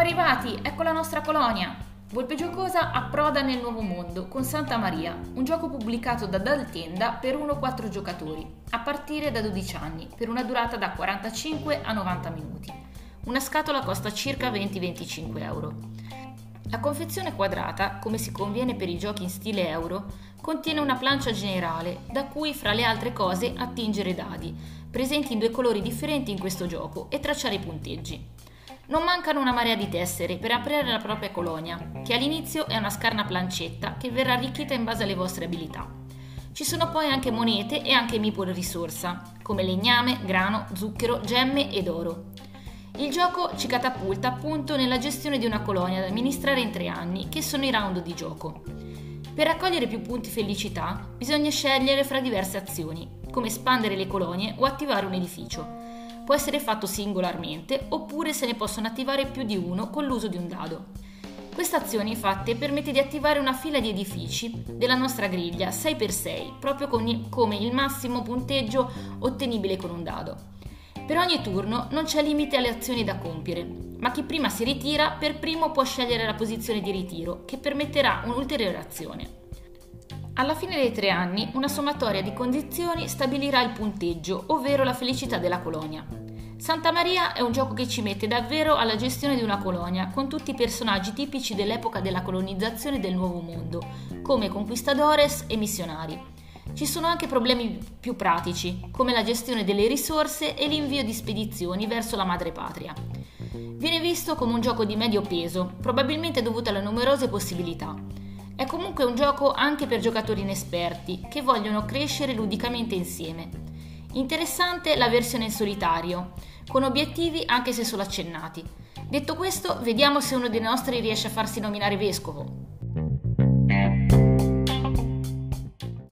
arrivati, ecco la nostra colonia! Volpe Giocosa approda nel nuovo mondo con Santa Maria, un gioco pubblicato da Daltenda per 1-4 giocatori, a partire da 12 anni, per una durata da 45 a 90 minuti. Una scatola costa circa 20-25 euro. La confezione quadrata, come si conviene per i giochi in stile euro, contiene una plancia generale, da cui fra le altre cose attingere dadi, presenti in 2 colori differenti in questo gioco, e tracciare i punteggi. Non mancano una marea di tessere per aprire la propria colonia, che all'inizio è una scarna plancetta che verrà arricchita in base alle vostre abilità. Ci sono poi anche monete e anche meeple risorsa, come legname, grano, zucchero, gemme ed oro. Il gioco ci catapulta appunto nella gestione di una colonia da amministrare in 3 anni, che sono i round di gioco. Per raccogliere più punti felicità bisogna scegliere fra diverse azioni, come espandere le colonie o attivare un edificio. Può essere fatto singolarmente oppure se ne possono attivare più di uno con l'uso di un dado. Questa azione infatti permette di attivare una fila di edifici della nostra griglia 6x6, proprio come il massimo punteggio ottenibile con un dado. Per ogni turno non c'è limite alle azioni da compiere, ma chi prima si ritira per primo può scegliere la posizione di ritiro, che permetterà un'ulteriore azione. Alla fine dei 3 anni, una sommatoria di condizioni stabilirà il punteggio, ovvero la felicità della colonia. Santa Maria è un gioco che ci mette davvero alla gestione di una colonia, con tutti i personaggi tipici dell'epoca della colonizzazione del Nuovo Mondo, come conquistadores e missionari. Ci sono anche problemi più pratici, come la gestione delle risorse e l'invio di spedizioni verso la madrepatria. Viene visto come un gioco di medio peso, probabilmente dovuto alle numerose possibilità. È comunque un gioco anche per giocatori inesperti che vogliono crescere ludicamente insieme. Interessante la versione in solitario, con obiettivi anche se solo accennati. Detto questo, vediamo se uno dei nostri riesce a farsi nominare vescovo.